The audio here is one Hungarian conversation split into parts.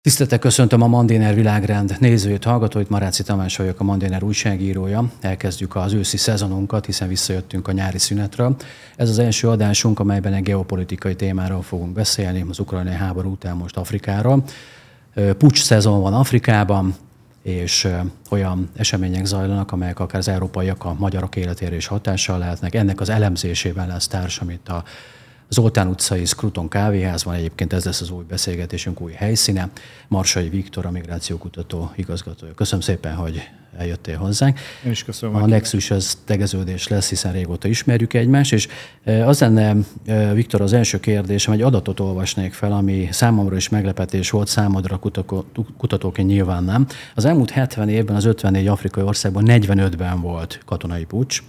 Tisztelettel köszöntöm a Mandiner Világrend nézőit, hallgatóit. Maráci Tamás vagyok, a Mandiner újságírója. Elkezdjük az őszi szezonunkat, hiszen visszajöttünk a nyári szünetről. Ez az első adásunk, amelyben egy geopolitikai témáról fogunk beszélni, az ukrajnai háború után most Afrikáról. Puccs szezon van Afrikában, és olyan események zajlanak, amelyek akár az európaiak, a magyarok életére is hatással lehetnek. Ennek az elemzésében lesz társam itt a Zoltán utcai Scruton kávéházban, egyébként ez lesz az új beszélgetésünk új helyszíne. Marsai Viktor, a migrációkutató igazgatója. Köszönöm szépen, hogy eljöttél hozzánk. Én is köszönöm. A Nexus az tegeződés lesz, hiszen régóta ismerjük egymást, és az lenne, Viktor, az első kérdésem, egy adatot olvasnék fel, ami számomra is meglepetés volt, számodra kutatóként nyilván nem. Az elmúlt 70 évben az 54 afrikai országban 45-ben volt katonai puccs.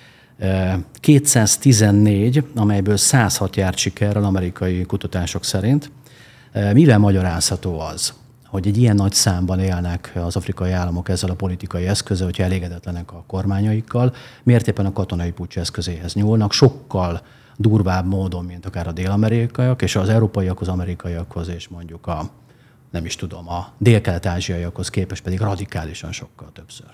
214, amelyből 106 járt sikerrel amerikai kutatások szerint. Mivel magyarázható az, hogy egy ilyen nagy számban élnek az afrikai államok ezzel a politikai eszközzel, hogyha elégedetlenek a kormányaikkal, miért éppen a katonai puccs eszközéhez nyúlnak, sokkal durvább módon, mint akár a dél-amerikaiak, és az európaiak az amerikaiakhoz, és mondjuk a dél-kelet-ázsiaiakhoz képest pedig radikálisan sokkal többször.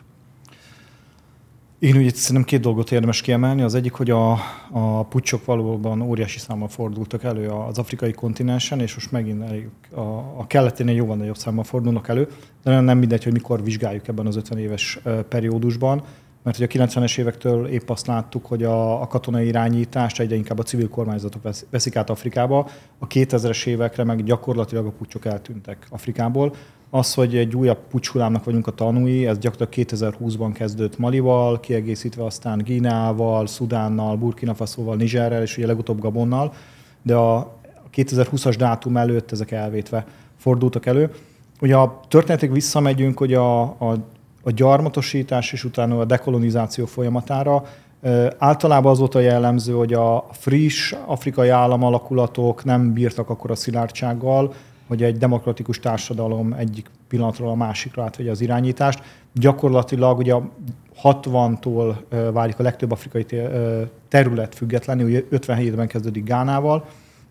Én úgy szerintem két dolgot érdemes kiemelni. Az egyik, hogy a puccsok valóban óriási számmal fordultak elő az afrikai kontinensen, és most megint a keleténél jóval nagyobb számmal fordulnak elő. De nem mindegy, hogy mikor vizsgáljuk ebben az 50 éves periódusban, mert hogy a 90-es évektől épp azt láttuk, hogy a katonai irányítást egyre inkább a civil kormányzatok veszik át Afrikába. A 2000-es évekre meg gyakorlatilag a puccsok eltűntek Afrikából. Az, hogy egy újabb puccs-hullámnak vagyunk a tanúi, ez gyakorlatilag 2020-ban kezdődött Malival, kiegészítve aztán Guineával, Szudánnal, Burkina Fasoval, Nigerrel és ugye legutóbb Gabonnal, de a 2020-as dátum előtt ezek elvétve fordultak elő. Ugye a történetig visszamegyünk, hogy a gyarmatosítás és utána a dekolonizáció folyamatára. Általában az volt a jellemző, hogy a friss afrikai államalakulatok nem bírtak akkora szilárdsággal, hogy egy demokratikus társadalom egyik pillanatról a másikra átvegye az irányítást. Gyakorlatilag ugye 60-tól válik a legtöbb afrikai terület függetlenül, ugye 57-ben kezdődik Gánával,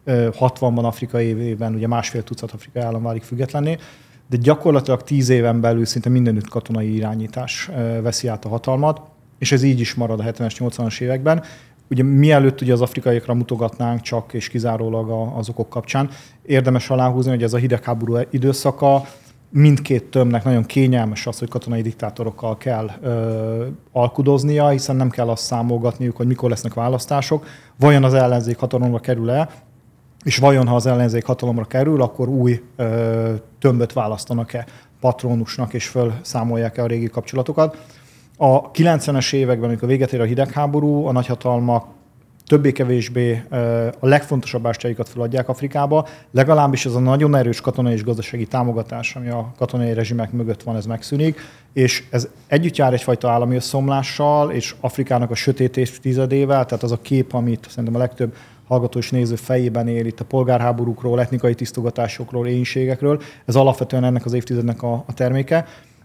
60-ban afrikai évében ugye másfél tucat afrikai állam válik függetlenné, de gyakorlatilag 10 éven belül szinte mindenütt katonai irányítás veszi át a hatalmat, és ez így is marad a 70-es, 80-as években. Ugye mielőtt ugye az afrikaiakra mutogatnánk csak és kizárólag az okok kapcsán, érdemes aláhúzni, hogy ez a hidegháború időszaka mindkét tömbnek nagyon kényelmes az, hogy katonai diktátorokkal kell alkudoznia, hiszen nem kell azt számolgatniuk, hogy mikor lesznek választások, vajon az ellenzék hatalomra kerül-e, és vajon, ha az ellenzék hatalomra kerül, akkor új tömböt választanak-e patronusnak, és fölszámolják-e a régi kapcsolatokat. A 90-es években, amikor véget ér a hidegháború, a nagyhatalmak többé-kevésbé a legfontosabb ástjaikat feladják Afrikába, legalábbis ez a nagyon erős katonai és gazdasági támogatás, ami a katonai rezsimek mögött van, ez megszűnik, és ez együtt jár egyfajta állami összeomlással, és Afrikának a sötét évtizedével, tehát az a kép, amit szerintem a legtöbb hallgató és néző fejében él itt a polgárháborúkról, etnikai tisztogatásokról, éhínségekről, ez alapvetően ennek az évtizednek a terméke,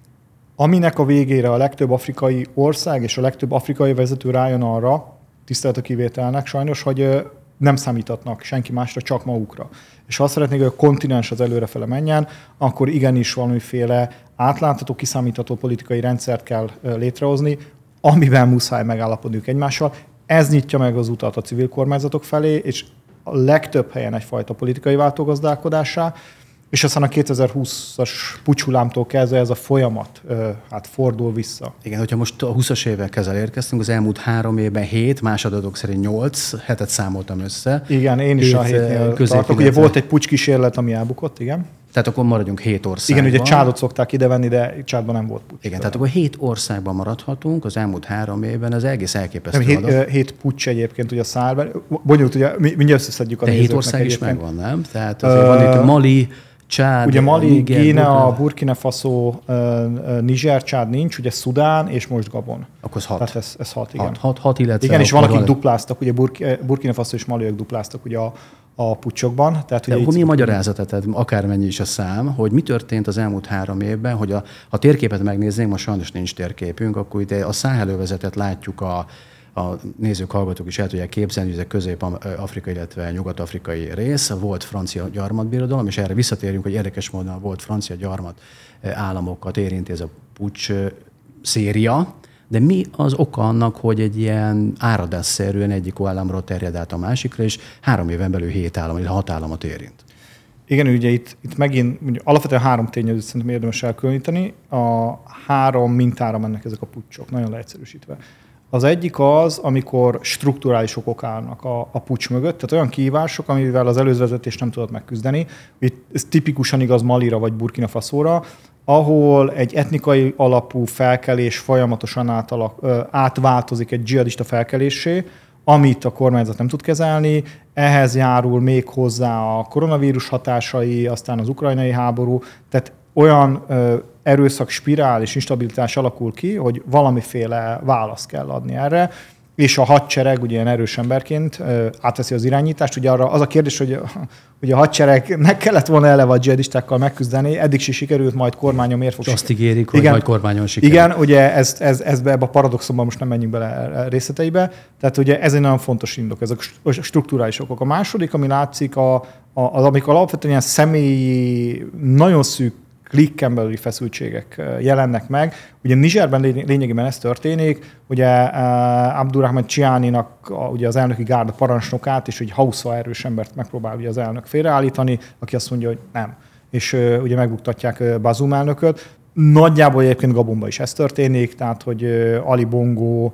aminek a végére a legtöbb afrikai ország és a legtöbb afrikai vezető rájön arra, tisztelet a kivételnek sajnos, hogy nem számíthatnak senki másra, csak magukra. És ha azt szeretnék, hogy a kontinens az előrefele menjen, akkor igenis valamiféle átlátható, kiszámítható politikai rendszert kell létrehozni, amiben muszáj megállapodniuk egymással. Ez nyitja meg az utat a civil kormányzatok felé, és a legtöbb helyen egyfajta politikai váltógazdálkodássá, és aztán a 2020-as puccs-hullámtól kezdve ez a folyamat fordul vissza. Igen, hogyha most a 20-as évekhez elérkeztünk, az elmúlt 3 évben 7, más adatok szerint 8 hetet számoltam össze. Igen, én is a 7-nél tartok. Ugye volt egy puccs-kísérlet, ami elbukott, igen. Tehát akkor maradjunk 7 országban. Igen, ugye Csádot szokták idevenni, de Csádban nem volt puccs. Igen, tehát akkor 7 országban maradhatunk az elmúlt 3 évben, ez egész elképesztő adat. 7 puccs egyébként ugye a Szahárban. Bonyolult, ugye mindjárt összeszedjük a nézőknek. De 7 ország is megvan, nem? Tehát azért van itt Mali, Csád, ugye Mali, Guinea, Burkina Faso, Niger, Csád nincs, ugye Szudán és most Gabon. Akkor ez 6. Tehát ez 6, igen. 6, illetve... Igen, és van, akik dupláztak, ugye Burkina Faso és Maliak dupláztak ugye a puccsokban. Tehát, de akkor mi a magyarázata, tehát akármennyi is a szám, hogy mi történt az elmúlt 3 évben, hogy ha térképet megnéznénk, most sajnos nincs térképünk, akkor ide a Száhelövezetet látjuk a a nézők, hallgatók is el tudják képzelni, hogy ez a közép-afrikai, illetve nyugat-afrikai rész, volt francia gyarmatbirodalom, és erre visszatérünk, hogy érdekes módon volt francia gyarmat államokat érinti ez a puccs széria, de mi az oka annak, hogy egy ilyen áradásszerűen egyik államról terjed át a másikra, és 3 éven belül 7 állam, vagy 6 államot érint? Igen, ugye itt megint ugye, alapvetően 3 tényezőt szerintem érdemes elkülöníteni. A 3 mintára mennek ezek a puccsok, nagyon leegyszerűsítve. Az egyik az, amikor strukturális okok állnak a puccs mögött, tehát olyan kihívások, amivel az előző vezetés nem tudott megküzdeni. Itt ez tipikusan igaz Malira vagy Burkina Fasóra, ahol egy etnikai alapú felkelés folyamatosan átváltozik egy dzsihadista felkelésé, amit a kormányzat nem tud kezelni, ehhez járul még hozzá a koronavírus hatásai, aztán az ukrajnai háború, tehát olyan erőszak, spirál és instabilitás alakul ki, hogy valamiféle választ kell adni erre, és a hadsereg ugye ilyen erős emberként átveszi az irányítást. Ugye arra az a kérdés, hogy ugye a hadseregnek kellett volna eleve a dzsihadistákkal megküzdeni, eddig is sikerült, majd kormányon miért fog sikerülni. Azt ígérik, hogy majd kormányon sikerül. Igen, ugye ebbe a paradoxonban most nem menjünk bele részleteibe, tehát ugye ez egy nagyon fontos indok, ezek a strukturális okok. A második, ami látszik, az amik alapvetően ilyen személyi, nagyon szűk klikken belüli feszültségek jelennek meg. Ugye Nigerben lényegében ez történik, ugye Abdurrahman Chianinak ugye az elnöki gárda parancsnokát, és egy Hausa erős embert megpróbál ugye az elnök félreállítani, aki azt mondja, hogy nem. És ugye megbuktatják Bazoum elnököt. Nagyjából egyébként Gabonban is ez történik, tehát hogy Ali Bongo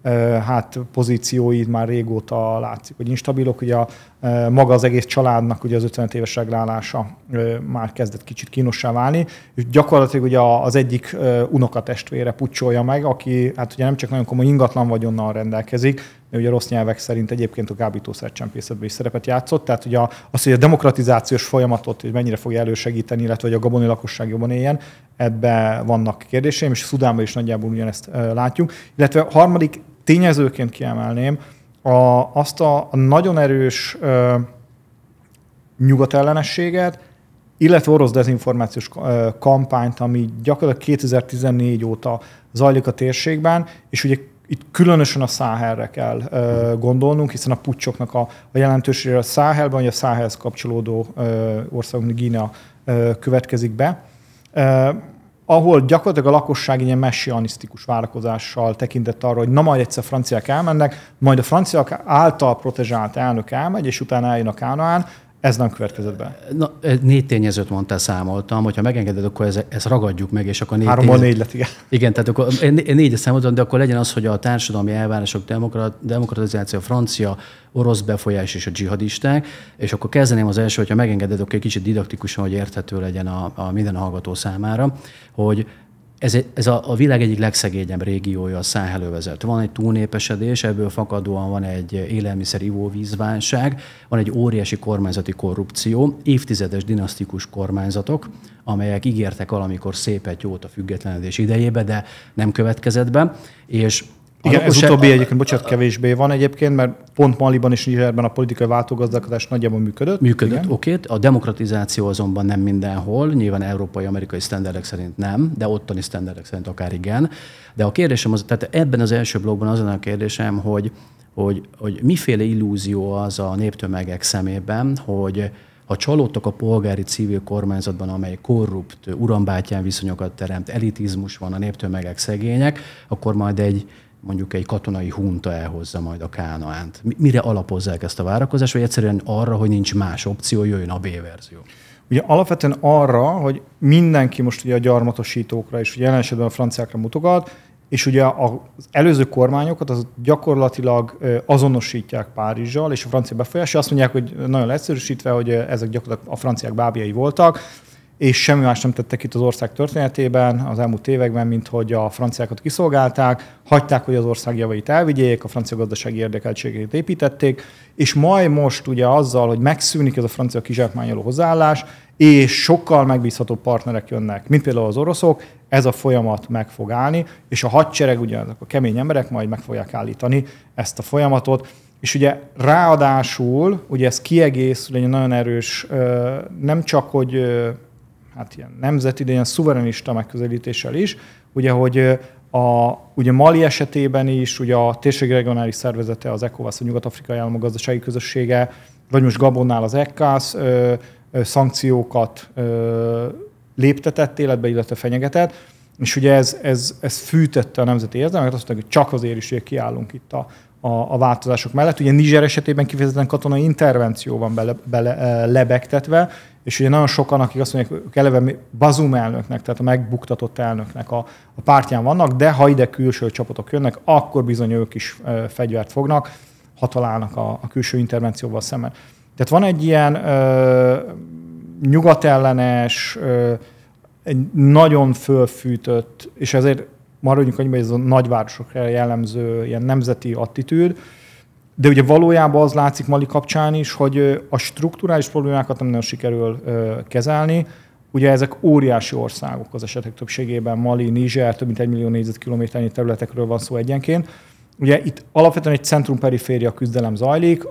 pozícióid már régóta látszik, hogy instabilok. Ugye maga az egész családnak ugye az 50 éves reglálása már kezdett kicsit kínossá válni, és gyakorlatilag ugye az egyik unokatestvére pucsolja meg, aki hát ugye nem csak nagyon komoly ingatlan vagyonnal rendelkezik, de ugye rossz nyelvek szerint egyébként a kábítószercsempészetben is szerepet játszott, tehát ugye hogy a demokratizációs folyamatot hogy mennyire fogja elősegíteni, illetve hogy a gaboni lakosság jobban éljen, ebben vannak kérdéseim, és Szudánban is nagyjából ugyanezt látjuk. Illetve a harmadik tényezőként kiemelném azt a nagyon erős nyugatellenességet, illetve orosz dezinformációs kampányt, ami gyakorlatilag 2014 óta zajlik a térségben, és ugye itt különösen a Száhelre kell gondolnunk, hiszen a puccsoknak a jelentőségére a Száhelben, vagy a Száhelhez kapcsolódó országok, Guinea következik be, ahol gyakorlatilag a lakosság ilyen messianisztikus várakozással tekintett arra, hogy na majd egyszer franciák elmennek, majd a franciák által protezsált elnök elmegy, és utána eljön a Kánaán. Ez nem következett be. Na, 4 tényezőt mondtál, számoltam, hogyha megengeded, akkor ezt ragadjuk meg, és akkor 4 3-ból 4 lett, igen. Igen, tehát akkor 4-et számoltam, de akkor legyen az, hogy a társadalmi elvárások, demokratizáció, francia, orosz befolyás és a dzsihadisták, és akkor kezdeném az első, hogyha megengeded, akkor egy kicsit didaktikusan, hogy érthető legyen a minden hallgató számára, hogy ez a világ egyik legszegényebb régiója, a Száhelövezet. Van egy túlnépesedés, ebből fakadóan van egy élelmiszer-ivóvízválság, van egy óriási kormányzati korrupció, évtizedes dinasztikus kormányzatok, amelyek ígértek valamikor szépet, jót a függetlenedés idejébe, de nem következett be, és igen, ez utóbbi egyébként, bocsánat, kevésbé van egyébként, mert pont Maliban és Nigerben a politikai váltógazdálkodás nagyjából működött. Működött, oké. A demokratizáció azonban nem mindenhol, nyilván európai, amerikai sztenderdek szerint nem, de ottani sztenderdek szerint akár igen. De a kérdésem az, tehát ebben az első blogban az a kérdésem, hogy miféle illúzió az a néptömegek szemében, hogy ha csalódtak a polgári civil kormányzatban, amely korrupt, urambátyán viszonyokat teremt, elitizmus van, a néptömegek szegények, akkor majd mondjuk egy katonai hunta elhozza majd a Kánaánt. Mire alapozzák ezt a várakozást, vagy egyszerűen arra, hogy nincs más opció, jöjjön a B-verzió? Ugye alapvetően arra, hogy mindenki most ugye a gyarmatosítókra és ugye jelen esetben a franciákra mutogat, és ugye az előző kormányokat az gyakorlatilag azonosítják Párizsal, és a francia befolyással azt mondják, hogy nagyon leegyszerűsítve, hogy ezek gyakorlatilag a franciák bábjai voltak, és semmi más nem tettek itt az ország történetében az elmúlt években, mint hogy a franciákat kiszolgálták, hagyták, hogy az ország javait elvigyék, a francia gazdasági érdekeltségét építették, és majd most ugye azzal, hogy megszűnik ez a francia kizsákmányoló hozzáállás, és sokkal megbízhatóbb partnerek jönnek, mint például az oroszok, ez a folyamat meg fog állni, és a hadsereg, ugye a kemény emberek majd meg fogják állítani ezt a folyamatot, és ugye ráadásul, ugye ez kiegészül egy nagyon erős, nem csak, hogy ilyen nemzeti, de ilyen szuverenista megközelítéssel is, ugye, hogy Ugye Mali esetében is, ugye a térségi regionális szervezete, az ECOWAS, a Nyugat-Afrikai Államok Gazdasági Közössége, vagy most Gabonnál az ECCAS szankciókat léptetett életbe, illetve fenyegetett, és ugye ez fűtötte a nemzeti érzelmeket, azt mondták, hogy csak azért is, hogy kiállunk itt a változások mellett. Ugye Niger esetében kifejezetten katonai intervenció van lebegtetve, és ugye nagyon sokan, akik azt mondják, hogy eleve Bazoum elnöknek, tehát a megbuktatott elnöknek a pártján vannak, de ha ide külső csapatok jönnek, akkor bizony ők is fegyvert fognak, ha találnak a külső intervencióval szemben. Tehát van egy ilyen nyugatellenes, egy nagyon fölfűtött, és ezért maradjunk annyiban, hogy ez a nagyvárosokra jellemző ilyen nemzeti attitűd, de ugye valójában az látszik Mali kapcsán is, hogy a strukturális problémákat nem nagyon sikerül kezelni. Ugye ezek óriási országok az esetek többségében, Mali, Niger, több mint 1 millió négyzetkilométernyi területekről van szó egyenként. Ugye itt alapvetően egy centrum-periféria küzdelem zajlik,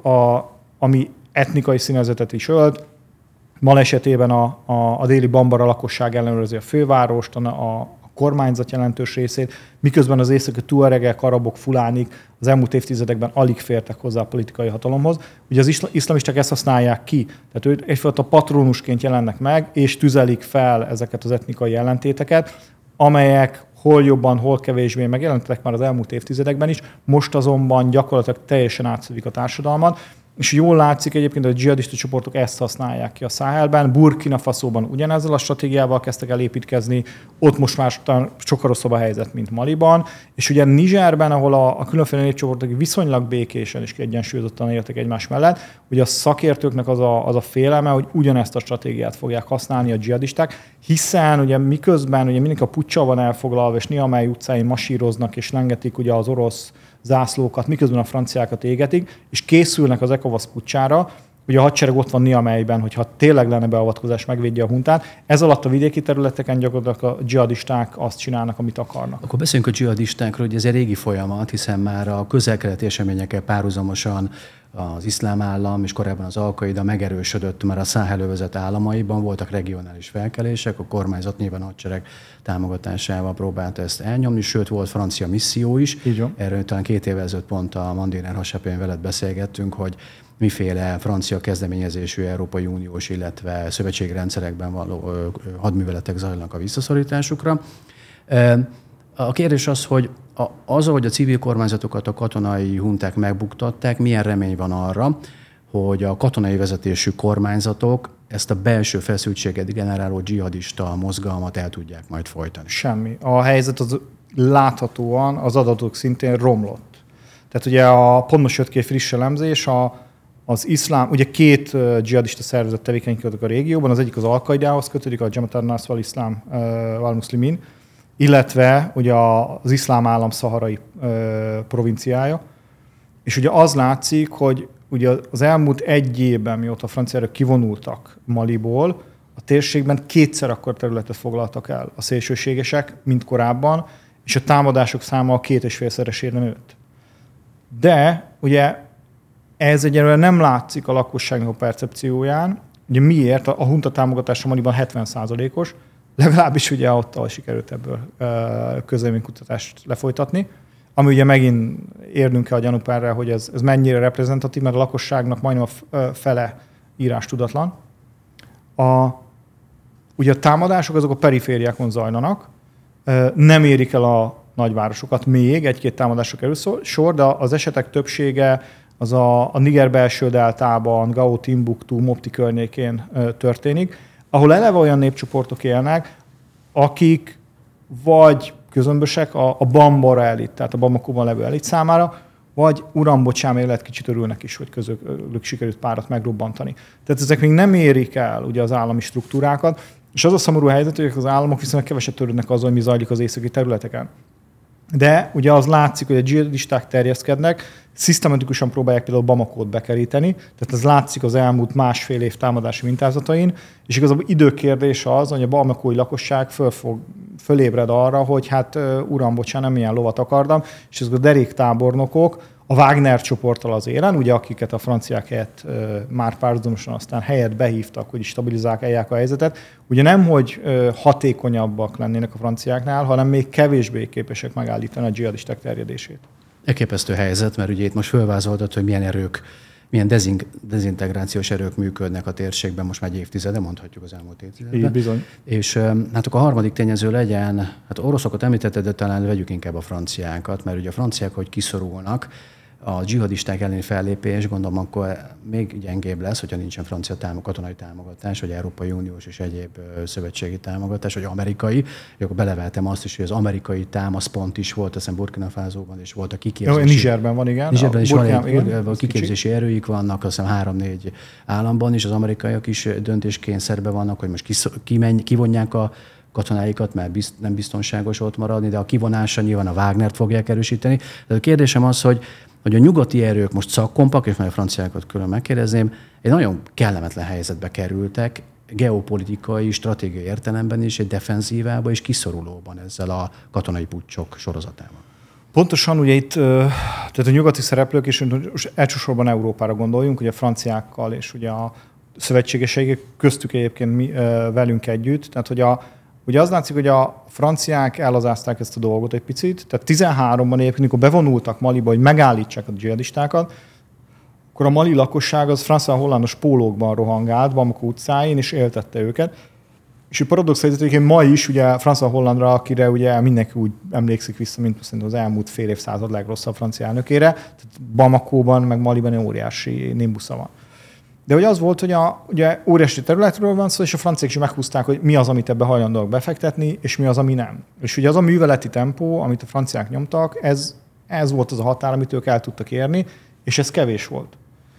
ami etnikai színezetet is ölt. Mali esetében a déli Bambara lakosság ellenőrzi a fővárost, a kormányzat jelentős részét, miközben az északi tuaregek, arabok, fulánik az elmúlt évtizedekben alig fértek hozzá a politikai hatalomhoz. Ugye az iszlamisták ezt használják ki, tehát ők egyfajta patronusként jelennek meg, és tüzelik fel ezeket az etnikai ellentéteket, amelyek hol jobban, hol kevésbé megjelentek már az elmúlt évtizedekben is, most azonban gyakorlatilag teljesen átszövik a társadalmat, és jól látszik egyébként, hogy a dzsihadista csoportok ezt használják ki a Száhelben. Burkina Faszóban ugyanezzel a stratégiával kezdtek el építkezni, ott most már sokkal rosszabb a helyzet, mint Maliban. És ugye Nigerben, ahol a különféle népcsoportok viszonylag békésen és kiegyensúlyozottan éltek egymás mellett, ugye a szakértőknek az a félelme, hogy ugyanezt a stratégiát fogják használni a dzsihadisták, hiszen ugye miközben ugye mindenki a puccsal van elfoglalva, és Niamey utcáin masíroznak és lengetik ugye az orosz zászlókat, miközben a franciákat égetik, és készülnek az ECOWAS puccsára, hogy a hadsereg ott van Niameyben, hogyha tényleg lenne beavatkozás, megvédje a huntát. Ez alatt a vidéki területeken gyakorlatilag a dzsihadisták azt csinálnak, amit akarnak. Akkor beszéljünk a dzsihadistákról, hogy ez egy régi folyamat, hiszen már a közel-keleti eseményekkel párhuzamosan az iszlám állam és korábban az Al-Qaida megerősödött, már a Száhelövezet államaiban voltak regionális felkelések, a kormányzat nyilván a hadsereg támogatásával próbálta ezt elnyomni, sőt volt francia misszió is. Erről talán 2 évvel ezelőtt pont a Mandiner hasapján veled beszélgettünk, hogy miféle francia kezdeményezésű Európai Uniós, illetve szövetségi rendszerekben való hadműveletek zajlanak a visszaszorításukra. A kérdés az, hogy ahogy a civil kormányzatokat a katonai hunták megbuktatták, milyen remény van arra, hogy a katonai vezetésű kormányzatok ezt a belső feszültséget generáló dzsihadista mozgalmat el tudják majd folytani? Semmi. A helyzet az láthatóan az adatok szintén romlott. Tehát ugye pont most jött ki egy friss elemzés, az iszlám, ugye 2 dzsihadista szervezet tevékenykedik a régióban, az egyik az Al-Qaidához kötődik, a Jamaat an-Nasr al-Islam wal-Muslimin, illetve ugye az iszlám állam szaharai provinciája. És ugye az látszik, hogy ugye az elmúlt 1 évben, mióta a franciák kivonultak Maliból, a térségben 2-szer akkor területet foglaltak el a szélsőségesek, mint korábban, és a támadások száma 2,5-szeresére nőtt. De ugye ez egyelőre nem látszik a lakosságnak a percepcióján. Ugye miért? A hunta támogatása Maliban 70%-os, legalábbis ugye ott sikerült ebből közvéleménykutatást lefolytatni, ami ugye megint érnünk kell a gyanúperre, hogy ez mennyire reprezentatív, mert a lakosságnak majdnem a fele írástudatlan. Ugye a támadások azok a perifériákon zajlanak, nem érik el a nagyvárosokat még, 1-2 támadásra kerül sor, de az esetek többsége az a Niger belső deltában, Gao, Timbuktu, Mopti környékén történik, ahol eleve olyan népcsoportok élnek, akik vagy közömbösek a Bambara elit, tehát a Bamakóban levő elit számára, vagy uram, bocsám, lehet kicsit örülnek is, hogy közülük sikerült párat megrobbantani. Tehát ezek még nem érik el ugye az állami struktúrákat, és az a szomorú helyzet, hogy az államok viszonylag keveset törődnek azzal, hogy mi zajlik az északi területeken. De ugye az látszik, hogy a dzsihadisták terjeszkednek, szisztematikusan próbálják például Bamakót bekeríteni, tehát ez látszik az elmúlt 1,5 év támadási mintázatain, és igazából időkérdés az, hogy a bamakói lakosság fölébred arra, hogy hát uram, bocsánat, nem ilyen lovat akartam, és ezek a deréktábornokok, a Wagner csoporttal az élen, ugye akiket a franciák helyett már párhuzamosan aztán helyett behívtak, hogy stabilizálják a helyzetet, ugye nem, hogy hatékonyabbak lennének a franciáknál, hanem még kevésbé képesek megállítani a dzsihadisták terjedését. Elképesztő helyzet, mert ugye itt most fölvázoltad, hogy milyen erők, milyen dezintegrációs erők működnek a térségben most már egy évtizede, mondhatjuk az elmúlt évtizedben. Így bizony. És hát akkor a harmadik tényező legyen, hát oroszokat említetted, de talán vegyük inkább a franciákat, mert ugye a franciák, hogy kiszorulnak, a dzsihadisták elleni fellépés, gondolom, akkor még gyengébb lesz, hogyha nincsen francia katonai támogatás, vagy Európai Uniós és egyéb szövetségi támogatás, vagy amerikai. Akkor beleveltem azt is, hogy az amerikai támaszpont is volt, azt hiszem Burkina Fasóban, és volt a kiképzési... Nigerben van, igen. Nigerben is van, kiképzési erőik vannak, azt hiszem 3-4 államban is, az amerikaiak is döntéskényszerben vannak, hogy most kivonják a katonáikat, mert nem biztonságos ott maradni, de a kivonása nyilván a Wagnert fogják erősíteni. De a kérdésem az, hogy a nyugati erők most szakkompak, és majd a franciákat külön megkérdezném, egy nagyon kellemetlen helyzetbe kerültek, geopolitikai, stratégiai értelemben is, egy defenzívába és kiszorulóban ezzel a katonai puccsok sorozatával. Pontosan ugye itt tehát a nyugati szereplők, és elsősorban Európára gondoljunk, ugye a franciákkal és ugye a szövetségeseik köztük egyébként mi, velünk együtt, tehát hogy ugye az látszik, hogy a franciák ellazázták ezt a dolgot egy picit, tehát 13-ban egyébként, amikor bevonultak Maliba, hogy megállítsák a dzsihadistákat, akkor a mali lakosság az francia-hollandos pólókban rohangált, Bamako utcáin, és éltette őket. És a paradox helyzet, hogy ma is ugye Francia-Hollandra, akire ugye mindenki úgy emlékszik vissza, mint szerintem az elmúlt fél évszázad legrosszabb francia elnökére, tehát Bamakóban, meg Maliban egy óriási nimbusza van. De hogy az volt, hogy ugye óriási területről van szó, és a franciák is meghúzták, hogy mi az, amit ebbe hajlandóak befektetni, és mi az, ami nem. És ugye az a műveleti tempó, amit a franciák nyomtak, ez volt az a határ, amit ők el tudtak érni, és ez kevés volt.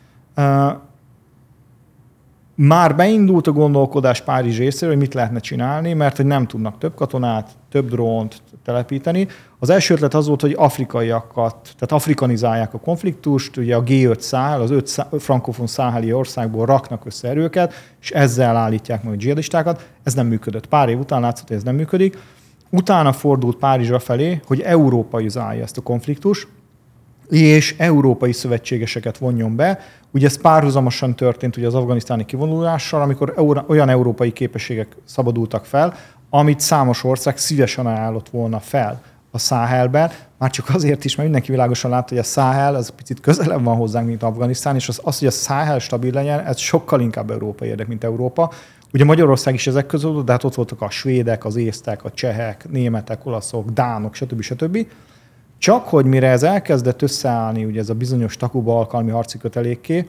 Már beindult a gondolkodás Párizs részéről, hogy mit lehetne csinálni, mert hogy nem tudnak több katonát, több drónt telepíteni. Az első ötlet az volt, hogy afrikaiakat, tehát afrikanizálják a konfliktust, ugye a G5 Száhel, az 5 frankofon száheli országból raknak össze erőket, és ezzel állítják meg a dzsihadistákat. Ez nem működött. Pár év után látszott, hogy ez nem működik. Utána fordult Párizsra felé, hogy európaizálja ezt a konfliktust, és európai szövetségeseket vonjon be. Ugye ez párhuzamosan történt ugye az afganisztáni kivonulással, amikor olyan európai képességek szabadultak fel, amit számos ország szívesen ajánlott volna fel a Száhelben, már csak azért is, mert mindenki világosan látta, hogy a Száhel az picit közelebb van hozzánk, mint Afganisztán, és az, hogy a Száhel stabil legyen, ez sokkal inkább európai érdek, mint Európa. Ugye Magyarország is ezek közül, de hát ott voltak a svédek, az észtek, a csehek, németek, olaszok, dánok, stb. Csak hogy mire ez elkezdett összeállni, ugye ez a bizonyos Takuba alkalmi harci kötelékké,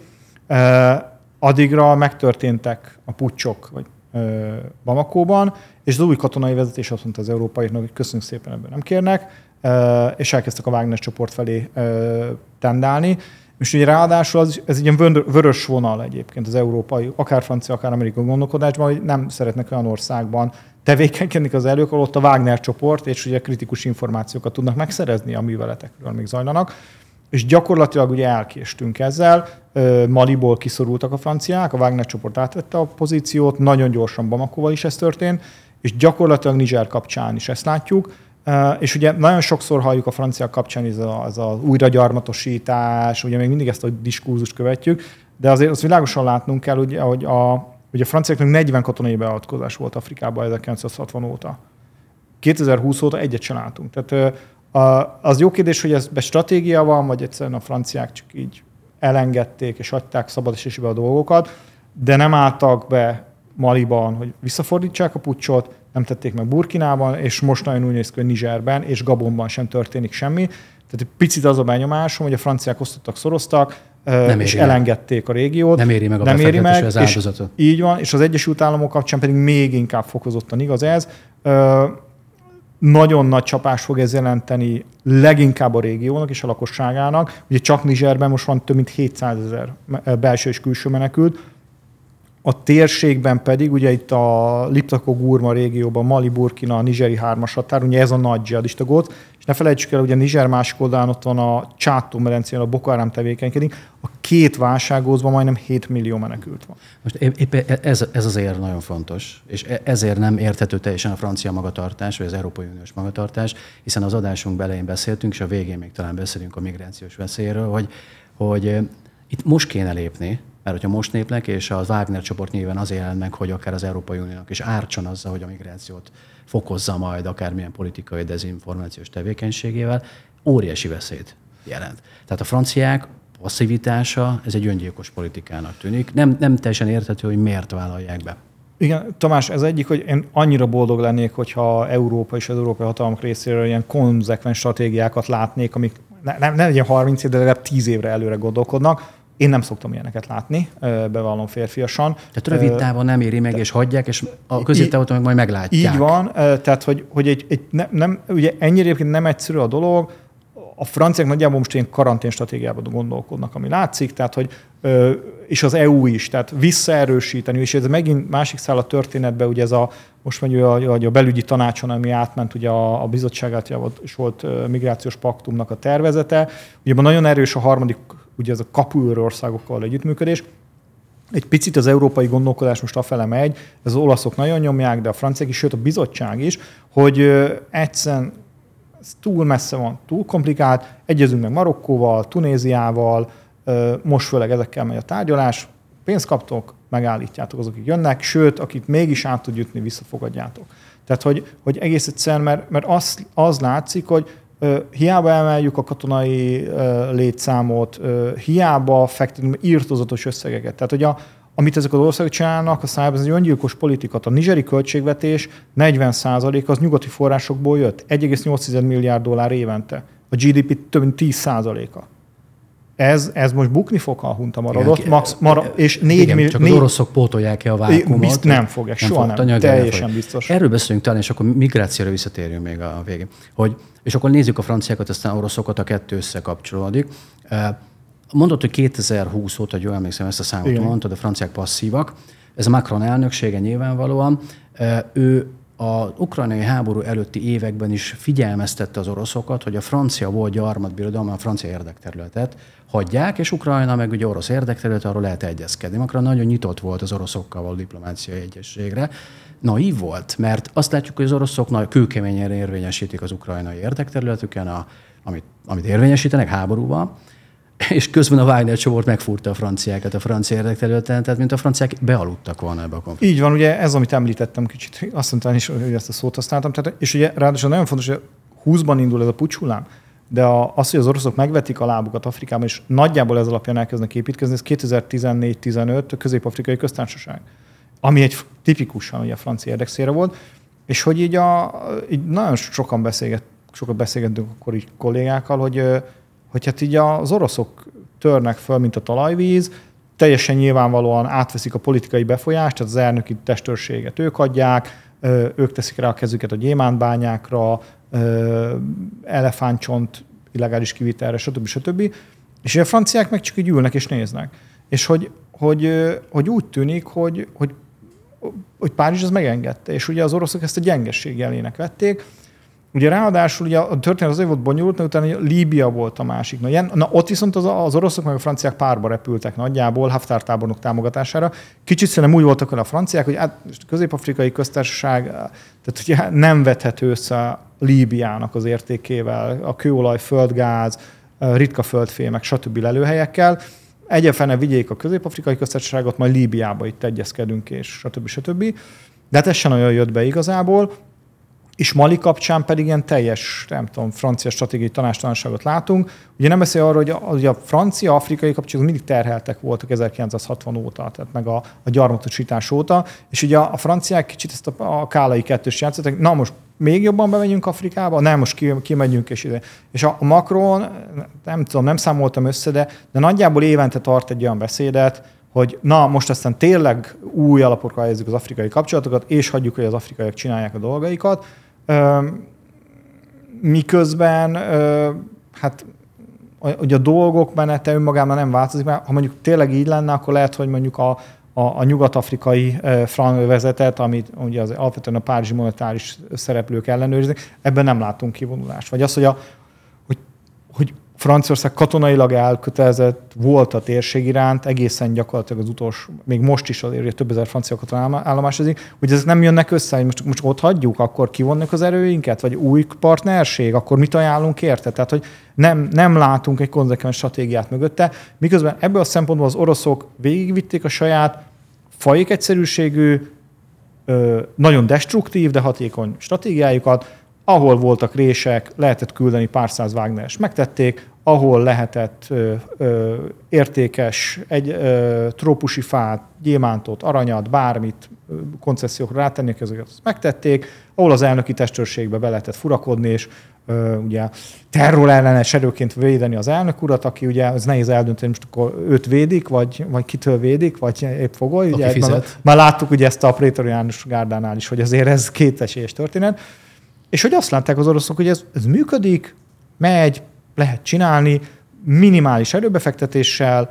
addigra megtörténtek a puccsok vagy Bamakóban, és az új katonai vezetés azt mondta az európaiaknak, hogy köszönjük szépen, ebből nem kérnek, és elkezdtek a Wagner csoport felé tendálni. És ugye ráadásul ez egy ilyen vörös vonal egyébként az európai, akár francia, akár amerikai gondolkodásban, hogy nem szeretnek olyan országban tevékenykedni az elők, ahol ott a Wagner csoport, és ugye kritikus információkat tudnak megszerezni a műveletekről, még zajlanak. És gyakorlatilag ugye elkéstünk ezzel, Maliból kiszorultak a franciák, a Wagner csoport átvette a pozíciót, nagyon gyorsan Bamakóval is ez történt, és gyakorlatilag Niger kapcsán is ezt látjuk. És ugye nagyon sokszor halljuk a franciák kapcsán ez az újragyarmatosítás, ugye még mindig ezt a diskurzust követjük, de azért azt világosan látnunk kell, ugye, hogy a franciáknak 40 katonai beavatkozás volt Afrikában 1960 óta. 2020 óta egyet sem látunk. Tehát az jó kérdés, hogy ez stratégia van, vagy egyszerűen a franciák csak így elengedték és hagyták szabad esésbe a dolgokat, de nem álltak be Maliban, hogy visszafordítsák a puccsot, nem tették meg Burkinában, és most nagyon úgy néz ki, hogy Nigerben és Gabonban sem történik semmi. Tehát egy picit az a benyomásom, hogy a franciák osztottak, szoroztak, és elengedték a régiót. Nem éri meg a befektetés az áldozatot. Így van, és az Egyesült Államok kapcsán pedig még inkább fokozottan igaz ez. Nagyon nagy csapás fog ez jelenteni leginkább a régiónak és a lakosságának. Ugye csak Nigerben most van több mint 700 000 belső és külső menekült. A térségben pedig, ugye itt a Liptako-Gurma régióban, Mali, Burkina, a nigeri 3-as határ, ugye ez a nagy dzsihadista góc, és ne felejtsük el, hogy a Niger másik oldalán ott van a Csátó-medencén, a Boko Haram tevékenykedik, a két válságózban majdnem 7 millió menekült van. Most éppen ez azért nagyon fontos, és ezért nem érthető teljesen a francia magatartás, vagy az Európai Uniós magatartás, hiszen az adásunk elején beszéltünk, és a végén még talán beszélünk a migrációs veszélyről, hogy itt most kéne lépni, mert hogyha most lépnek, és a Wagner csoport nyilván azért jelent meg, hogy akár az Európai Uniónak is ártson azzal, hogy a migrációt fokozza majd akármilyen politikai dezinformációs tevékenységével, óriási veszélyt jelent. Tehát a franciák passzivitása, ez egy öngyilkos politikának tűnik. Nem teljesen érthető, hogy miért vállalják be. Igen, Tamás, ez egyik, hogy én annyira boldog lennék, hogyha Európa és az európai hatalmak részéről ilyen konzekvens stratégiákat látnék, amik nem legyen 30 év, de legalább 10 évre előre gondolkodnak. Én nem szoktam ilyeneket látni, bevallom férfiasan. Tehát rövid távon nem éri meg, és hagyják, és a középtávon meg majd meglátják. Így van, tehát hogy ugye ennyire egyébként nem egyszerű a dolog. A franciák nagyjából most ilyen karantén stratégiában gondolkodnak, ami látszik, tehát hogy és az EU is, tehát visszaerősíteni, és ez megint másik szál a történetben, ugye ez most mondjuk a belügyi tanácson, ami átment ugye a bizottság által volt migrációs paktumnak a tervezete, ugye nagyon erős a harmadik, ugye ez a kapuőr országokkal együttműködés. Egy picit az európai gondolkodás most afele megy, ez az olaszok nagyon nyomják, de a franciák is, sőt a bizottság is, hogy egyszerűen ez túl messze van, túl komplikált, egyezünk meg Marokkóval, Tunéziával, most főleg ezekkel megy a tárgyalás, pénzt kaptok, megállítjátok azok, akik jönnek, sőt, akit mégis át tud jutni, visszafogadjátok. Tehát, hogy egész egyszerűen, mert az látszik, hogy hiába emeljük a katonai létszámot, hiába fektetünk írtózatos összegeket. Tehát, hogy amit ezek az országok csinálnak, a szájában ez egy öngyilkos politikat. A nigeri költségvetés 40% az nyugati forrásokból jött. 1,8 milliárd dollár évente. A GDP több mint 10%-a. Ez most bukni fog, ha a hunta maradott. És 4 millió. Csak az oroszok pótolják-e a vákuumot? Nem fogják, soha nem. Teljesen biztos. Erről beszélünk talán, és akkor migrációra visszatérjünk még a végén. És akkor nézzük a franciákat, aztán oroszokat, a kettő összekapcsolódik. Mondod, hogy 2020 óta, hogy jól emlékszem, ezt a számot igen. Mondtad, a franciák passzívak. Ez a Macron elnöksége nyilvánvalóan. Ő az ukrajnai háború előtti években is figyelmeztette az oroszokat, hogy a francia volt gyarmatbirodalom, a francia érdekterületet hagyják, és Ukrajna meg ugye orosz érdekterület, arról lehet egyezkedni. Macron nagyon nyitott volt az oroszokkal való diplomáciai egyezségre. Naív volt, mert azt látjuk, hogy az oroszok nagy kőkeményen érvényesítik az ukrajnai érdekterületüken, amit érvényesítenek háborúban, és közben a Wagner csoport megfúrta a franciákat a francia érdekterületen, tehát mint a franciák bealudtak volna ebbe a konfliktusba. Így van, ugye ez, amit említettem kicsit, azt mondtam is, hogy ezt a szót használtam, tehát, és ugye ráadásul nagyon fontos, hogy 20-ban indul ez a puccshullám, de az, hogy az oroszok megvetik a lábukat Afrikában, és nagyjából ez alapján elkezdenek építkezni, ez 2014-15 a Közép-Afrikai Köztársaság, ami egy tipikusan ugye a francia érdekszféra volt, és hogy így nagyon sokat beszélgettünk akkor így kollégákkal, hogy hát így az oroszok törnek föl, mint a talajvíz, teljesen nyilvánvalóan átveszik a politikai befolyást, tehát az elnöki testőrséget ők adják, ők teszik rá a kezüket a gyémántbányákra, elefántcsont illegális kivitelre, stb. És a franciák meg csak így ülnek és néznek. És hogy úgy tűnik, hogy Párizs az megengedte, és ugye az oroszok ezt a gyengesség jelének vették. Ugye ráadásul ugye a történet azért volt bonyolult, mert utána Líbia volt a másik. Na ott viszont az oroszok meg a franciák párba repültek nagyjából Haftar tábornok támogatására. Kicsit szerintem úgy voltak vele a franciák, hogy hát a Közép-Afrikai Köztársaság tehát ugye nem vethető össze Líbiának az értékével, a kőolaj, földgáz, ritka földfémek, stb. Lelőhelyekkel. Egyébként vigyék a Közép-Afrikai Köztársaságot, majd Líbiába itt egyezkedünk, és stb. De hát ez sem nagyon jött be igazából. És Mali kapcsán pedig ilyen teljes, nem tudom, francia stratégiai tanástalanságot látunk. Ugye nem beszél arról, hogy a francia-afrikai kapcsolatok mindig terheltek voltak 1960 óta, tehát meg a gyarmatosítás óta, és ugye a franciák kicsit ezt a kálai kettős játszottak, na most még jobban bemegyünk Afrikába, nem, most kimegyünk, és a Macron, nem tudom, nem számoltam össze, de nagyjából évente tart egy olyan beszédet, hogy na, most aztán tényleg új alapokra helyezzük az afrikai kapcsolatokat, és hagyjuk, hogy az afrikaiak csinálják a dolgaikat. Miközben hát ugye a dolgok menete önmagában nem változik, mert ha mondjuk tényleg így lenne, akkor lehet, hogy mondjuk a nyugat-afrikai frank-vezetet, amit ugye az alapvetően a párizsi monetáris szereplők ellenőriznek, ebben nem látunk kivonulást. Vagy az, hogy Franciaország katonailag elkötelezett volt a térség iránt, egészen gyakorlatilag az utolsó, még most is azért több ezer francia katona állomásozik, hogy ezek nem jönnek össze, hogy most ott hagyjuk, akkor kivonnak az erőinket, vagy új partnerség, akkor mit ajánlunk érte? Tehát, hogy nem látunk egy konzekvens stratégiát mögötte, miközben ebből a szempontból az oroszok végigvitték a saját fajék egyszerűségű, nagyon destruktív, de hatékony stratégiájukat, ahol voltak rések, lehetett küldeni pár száz Wagner-est, megtették, ahol lehetett értékes trópusi fát, gyémántot, aranyat, bármit koncessziókra rátenni, ezeket megtették, ahol az elnöki testőrségbe be lehetett furakodni, és ugye terrorellenes erőként védeni az elnök urat, aki ugye, ez nehéz eldönteni, most akkor őt védik, vagy kitől védik, vagy épp fogoly. Ugye, már láttuk ugye ezt a prétoriánus gárdánál is, hogy azért ez kétesélyes történet. És hogy azt látták az oroszok, hogy ez működik, megy, lehet csinálni, minimális erőbefektetéssel,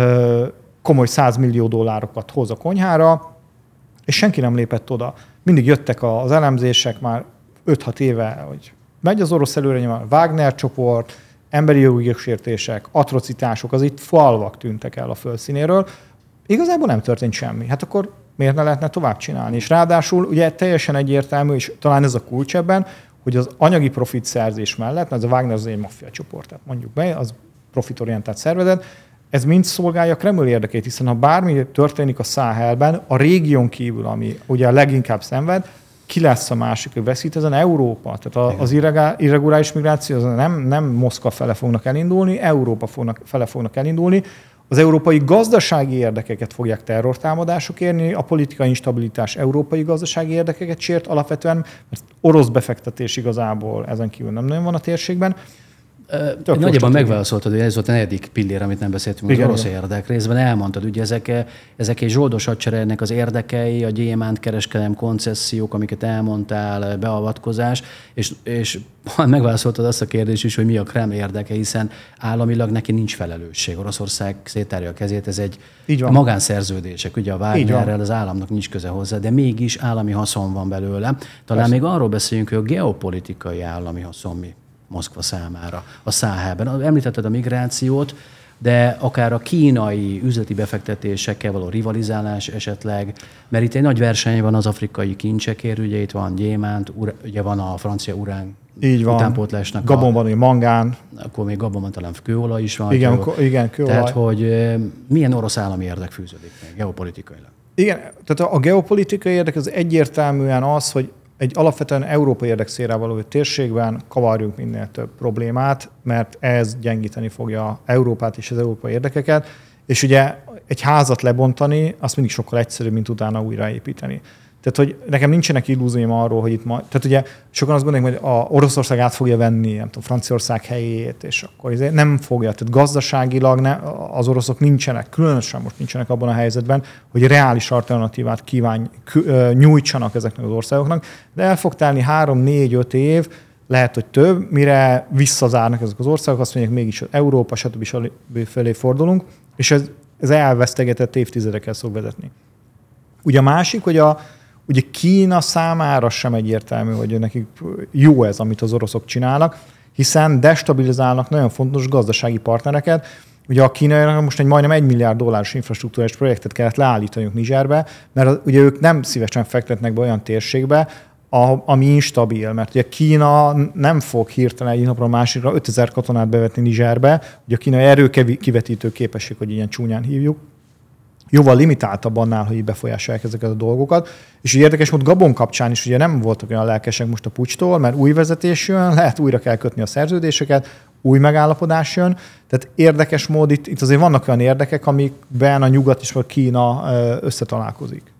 komoly $100 millió hoz a konyhára, és senki nem lépett oda. Mindig jöttek az elemzések már 5-6 éve, hogy megy az orosz előrenyomás, Wagner csoport, emberi jogi jogsértések, atrocitások, az itt falvak tűntek el a földszínéről. Igazából nem történt semmi. Hát akkor miért ne lehetne tovább csinálni? És ráadásul ugye teljesen egyértelmű, és talán ez a kulcs ebben, hogy az anyagi profit szerzés mellett, ez a Wagner az egy maffia csoport, tehát mondjuk be, az profitorientált szervezet, ez mind szolgálja a Kreml érdekét, hiszen ha bármi történik a Száhelben, a régión kívül, ami ugye a leginkább szenved, ki lesz a másik, hogy veszít ezen Európa. Tehát az irreguláris migráció az nem Moszkva fele fognak elindulni, Európa fele fognak elindulni. Az európai gazdasági érdekeket fogják terrortámadások érni, a politikai instabilitás európai gazdasági érdekeket sért alapvetően, mert orosz befektetés igazából ezen kívül nem nagyon van a térségben. Nagyjából megválaszoltad, hogy ez volt a negyedik pillér, amit nem beszéltünk, az orosz érdek részben. Elmondtad, ugye ezek egy zsoldos hadseregnek az érdekei, a gyémánt kereskedelem, koncesziók, amiket elmondtál, beavatkozás, és megválaszoltad azt a kérdést is, hogy mi a Kreml érdeke, hiszen államilag neki nincs felelősség. Oroszország széttárja a kezét, ez egy magánszerződések, ugye a Wagnerrel az államnak nincs köze hozzá, de mégis állami haszon van belőle. Talán még arról beszéljünk, hogy a geopolitikai állami haszon mi Moszkva számára a Száhelben. Említetted a migrációt, de akár a kínai üzleti befektetésekkel való rivalizálás esetleg, mert itt egy nagy verseny van az afrikai kincsekért, ugye itt van gyémánt, ugye van a francia urán utánpótlásnak. Gabonban van mangán. Akkor még Gabonban talán kőolaj is van. Igen, kőolaj. Tehát, hogy milyen orosz állami érdek fűződik még geopolitikailag? Igen, tehát a geopolitikai érdek az egyértelműen az, hogy egy alapvetően európai érdekszférával való térségben kavarjunk minél több problémát, mert ez gyengíteni fogja Európát és az európai érdekeket, és ugye egy házat lebontani, az mindig sokkal egyszerűbb, mint utána újraépíteni. Tehát, hogy nekem nincsenek illúzióm arról, hogy itt ma... Tehát ugye sokan azt gondolják, hogy Oroszország át fogja venni, nem tudom, Franciaország helyét, és akkor nem fogja. Tehát gazdaságilag az oroszok nincsenek, különösen most nincsenek abban a helyzetben, hogy reális alternatívát nyújtsanak ezeknek az országoknak, de el fog telni 3-4-5 év, lehet, hogy több, mire visszazárnak ezek az országok, azt mondják, mégis Európa, stb. Felé fordulunk, és ez elvesztegetett évtizedekkel szok vezetni. Ugye a másik, hogy ugye Kína számára sem egyértelmű, hogy nekik jó ez, amit az oroszok csinálnak, hiszen destabilizálnak nagyon fontos gazdasági partnereket. Ugye a kínaiak most egy majdnem $1 milliárd infrastruktúrás projektet kellett leállítaniuk Nigerbe, mert ugye ők nem szívesen fektetnek be olyan térségbe, ami instabil, mert ugye Kína nem fog hirtelen egy napra a másikra 5000 katonát bevetni Nigerbe, ugye a kínai erőkivetítő képesség, hogy ilyen csúnyán hívjuk, jóval limitáltabb annál, hogy befolyásolják ezeket a dolgokat. És ugye érdekes módon Gabon kapcsán is ugye nem voltak olyan lelkesek most a pucstól, mert új vezetés jön, lehet újra kell kötni a szerződéseket, új megállapodás jön. Tehát érdekes mód, itt azért vannak olyan érdekek, amikben a nyugat és a Kína összetalálkozik.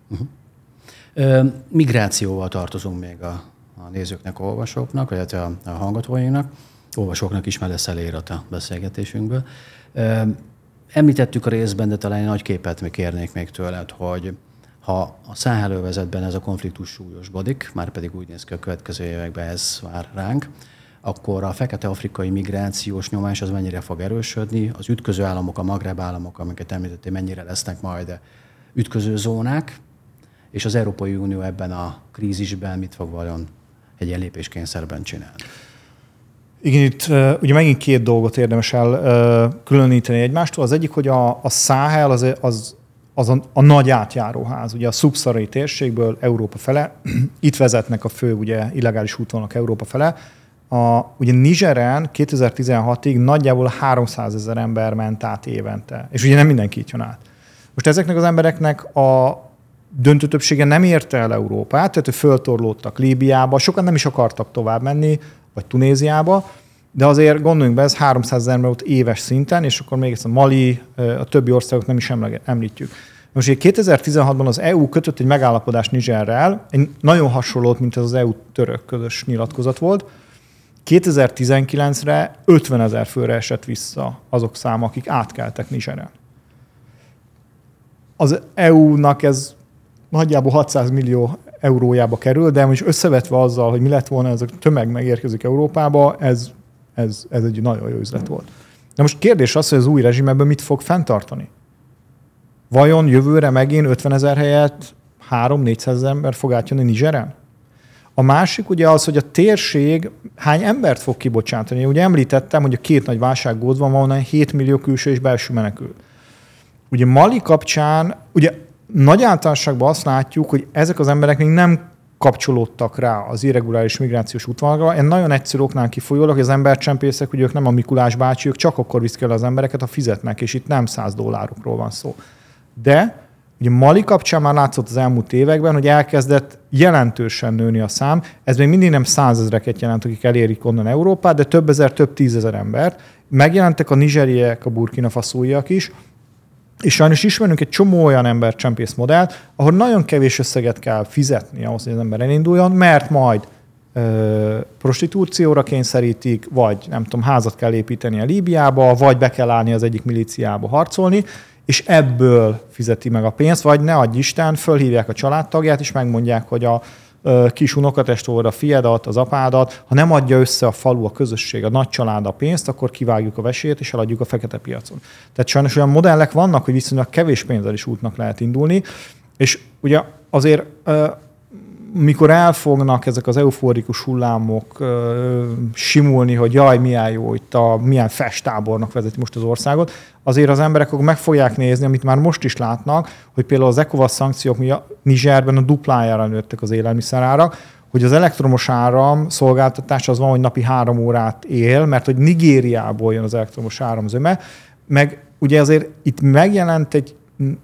Migrációval tartozunk még a nézőknek, olvasóknak, illetve a hallgatóinknak. Olvasóknak is már lesz elérat a beszélgetésünkből. Említettük a részben, de talán egy nagy képet még kérnék még tőled, hogy ha a Száhelövezetben ez a konfliktus súlyosbodik, már pedig úgy néz ki a következő években ez vár ránk, akkor a fekete-afrikai migrációs nyomás az mennyire fog erősödni, az ütköző államok, a Magreb államok, amiket említettél, mennyire lesznek majd ütköző zónák, és az Európai Unió ebben a krízisben mit fog vajon egy ilyen lépéskényszerben csinálni? Igen, itt ugye megint két dolgot érdemes különíteni egymástól. Az egyik, hogy a Száhel az a nagy átjáróház, ugye a szubszaharai térségből Európa fele, itt vezetnek a fő ugye, illegális útvonalak Európa fele. Ugye Nigeren 2016-ig nagyjából 300 000 ember ment át évente, és ugye nem mindenki itt jön át. Most ezeknek az embereknek a döntő többsége nem érte el Európát, tehát hogy föltorlódtak Líbiába, sokan nem is akartak tovább menni, vagy Tunéziába, de azért gondoljunk be, ez 300 000 ember ott éves szinten, és akkor még ezt a Mali, a többi országot nem is említjük. Most ugye 2016-ban az EU kötött egy megállapodást Nigerrel, egy nagyon hasonlót, mint az EU-török közös nyilatkozat volt. 2019-re 50 000 főre esett vissza azok száma, akik átkeltek Nigeren. Az EU-nak ez nagyjából 600 millió eurójába kerül, de most összevetve azzal, hogy mi lett volna, ez a tömeg megérkezik Európába, ez egy nagyon jó üzlet volt. De most kérdés az, hogy az új rezsim ebből mit fog fenntartani? Vajon jövőre megint 50 000 helyett 300-400 000 ember fog átjönni Nigeren? A másik ugye az, hogy a térség hány embert fog kibocsátani. Ugye említettem, hogy a két nagy válsággódban van 7 millió külső és belső menekül. Ugye Mali kapcsán, ugye nagy általánosságban azt látjuk, hogy ezek az emberek még nem kapcsolódtak rá az irreguláris migrációs útvonalra. Én nagyon egyszerű oknál kifolyólag, hogy az embercsempészek, ugye ők nem a Mikulás bácsi, ők csak akkor viszik el az embereket, ha fizetnek, és itt nem $100 van szó. De ugye Mali kapcsán már látszott az elmúlt években, hogy elkezdett jelentősen nőni a szám. Ez még mindig nem 100 000-eket jelent, akik elérik onnan Európát, de több ezer, több 10 000 embert. Megjelentek a nigeriek, a Burkina Faszóiak is, és sajnos ismerünk egy csomó olyan embercsempész modellt, ahol nagyon kevés összeget kell fizetni ahhoz, hogy az ember elinduljon, mert majd prostitúcióra kényszerítik, vagy nem tudom, házat kell építeni a Líbiába, vagy be kell állni az egyik milíciába harcolni, és ebből fizeti meg a pénzt, vagy ne adj Isten, fölhívják a családtagját, és megmondják, hogy a kis unokatestvére, a fiadat, az apádat, ha nem adja össze a falu, a közösség, a nagy család a pénzt, akkor kivágjuk a vesélyt, és eladjuk a fekete piacon. Tehát sajnos olyan modellek vannak, hogy viszonylag kevés pénzzel is útnak lehet indulni, és ugye azért mikor elfognak ezek az euforikus hullámok simulni, hogy jaj, milyen jó, itt milyen festábornak vezeti most az országot, azért az emberek akkor meg fogják nézni, amit már most is látnak, hogy például az ECOWAS szankciók Nigerben a duplájára nőttek az élelmiszerárak, hogy az elektromos áram szolgáltatás az van, hogy napi 3 órát él, mert hogy Nigériából jön az elektromos áram zöme, meg ugye azért itt megjelent egy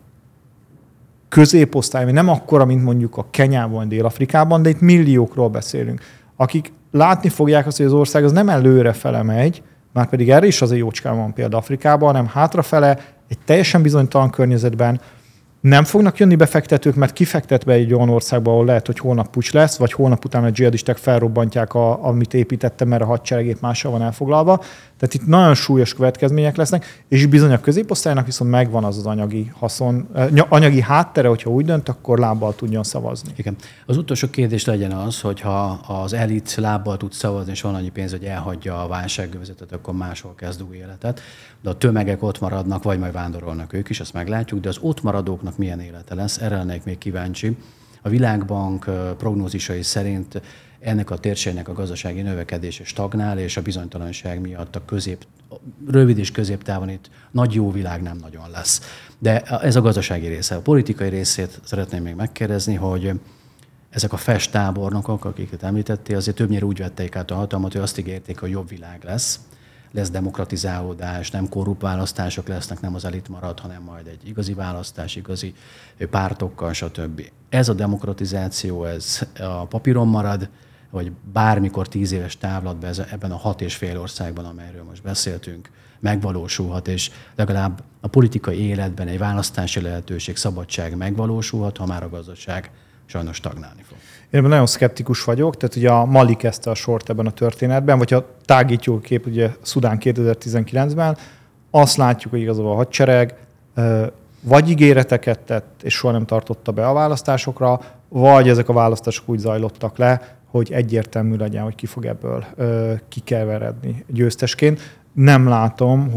középosztály, ami nem akkora, mint mondjuk a Kenyában, Dél-Afrikában, de itt milliókról beszélünk, akik látni fogják azt, hogy az ország az nem előrefele megy, már pedig erre is azért jócskán van példa Afrikában, hanem hátrafele, egy teljesen bizonytalan környezetben. Nem fognak jönni befektetők, mert kifektet be egy olyan országba, ahol lehet, hogy holnap puccs lesz, vagy holnap után a dzsihadisták felrobbantják, amit építettem, mert a hadsereg épp mással van elfoglalva. Tehát itt nagyon súlyos következmények lesznek, és bizony a középosztálynak viszont megvan az anyagi haszon, anyagi háttere, hogyha úgy dönt, akkor lábbal tudjon szavazni. Igen. Az utolsó kérdés legyen az, hogyha az elit lábbal tud szavazni, és van annyi pénz, hogy elhagyja a válságövezetet, akkor máshol kezd új életet. De a tömegek ott maradnak, vagy majd vándorolnak ők is, azt meglátjuk, de az ott maradóknak milyen élete lesz, erre lennék még kíváncsi. A Világbank prognózisai szerint ennek a térségnek a gazdasági növekedése stagnál, és a bizonytalanság miatt a rövid és középtávon itt nagy jó világ nem nagyon lesz. De ez a gazdasági része. A politikai részét szeretném még megkérdezni, hogy ezek a festábornokok, akiket említettél, azért többnyire úgy vették át a hatalmat, hogy azt ígérték, hogy jobb világ lesz demokratizálódás, nem korrupt választások lesznek, nem az elit marad, hanem majd egy igazi választás, igazi pártokkal, stb. Ez a demokratizáció, ez a papíron marad, vagy bármikor 10 éves távlatban ebben a 6,5 országban, amelyről most beszéltünk, megvalósulhat, és legalább a politikai életben egy választási lehetőség, szabadság megvalósulhat, ha már a gazdaság sajnos stagnálni fog. Én nagyon szkeptikus vagyok, tehát ugye a Mali kezdte a sort ebben a történetben, vagy ha tágítjuk a kép, ugye Szudán 2019-ben, azt látjuk, hogy igazából a hadsereg vagy ígéreteket tett, és soha nem tartotta be a választásokra, vagy ezek a választások úgy zajlottak le, hogy egyértelmű legyen, hogy ki fog ebből kikeveredni győztesként. Nem látom, hogy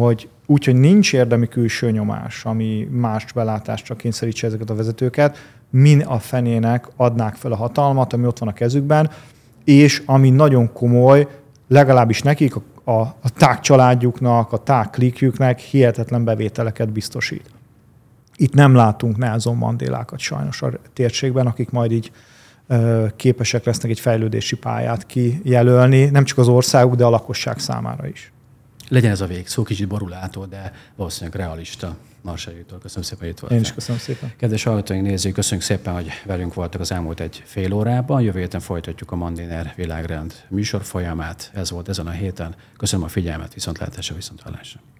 úgyhogy nincs érdemi külső nyomás, ami más belátásra kényszerítse ezeket a vezetőket, min a fenének adnák fel a hatalmat, ami ott van a kezükben, és ami nagyon komoly, legalábbis nekik, a tágcsaládjuknak, a tágklikjüknek hihetetlen bevételeket biztosít. Itt nem látunk Nelson Mandélákat sajnos a térségben, akik majd így képesek lesznek egy fejlődési pályát kijelölni, nem csak az országuk, de a lakosság számára is. Legyen ez a végszó, kicsit borulátó, de valószínűleg realista. Marsallyitól. Köszönöm szépen, hogy itt voltál. Én is köszönöm szépen. Kedves hallgatóink, nézők, köszönjük szépen, hogy velünk voltak az elmúlt egy fél órában. Jövő héten folytatjuk a Mandiner világrend műsorfolyamát. Ez volt ezen a héten. Köszönöm a figyelmet, viszontlátásra, viszonthallásra.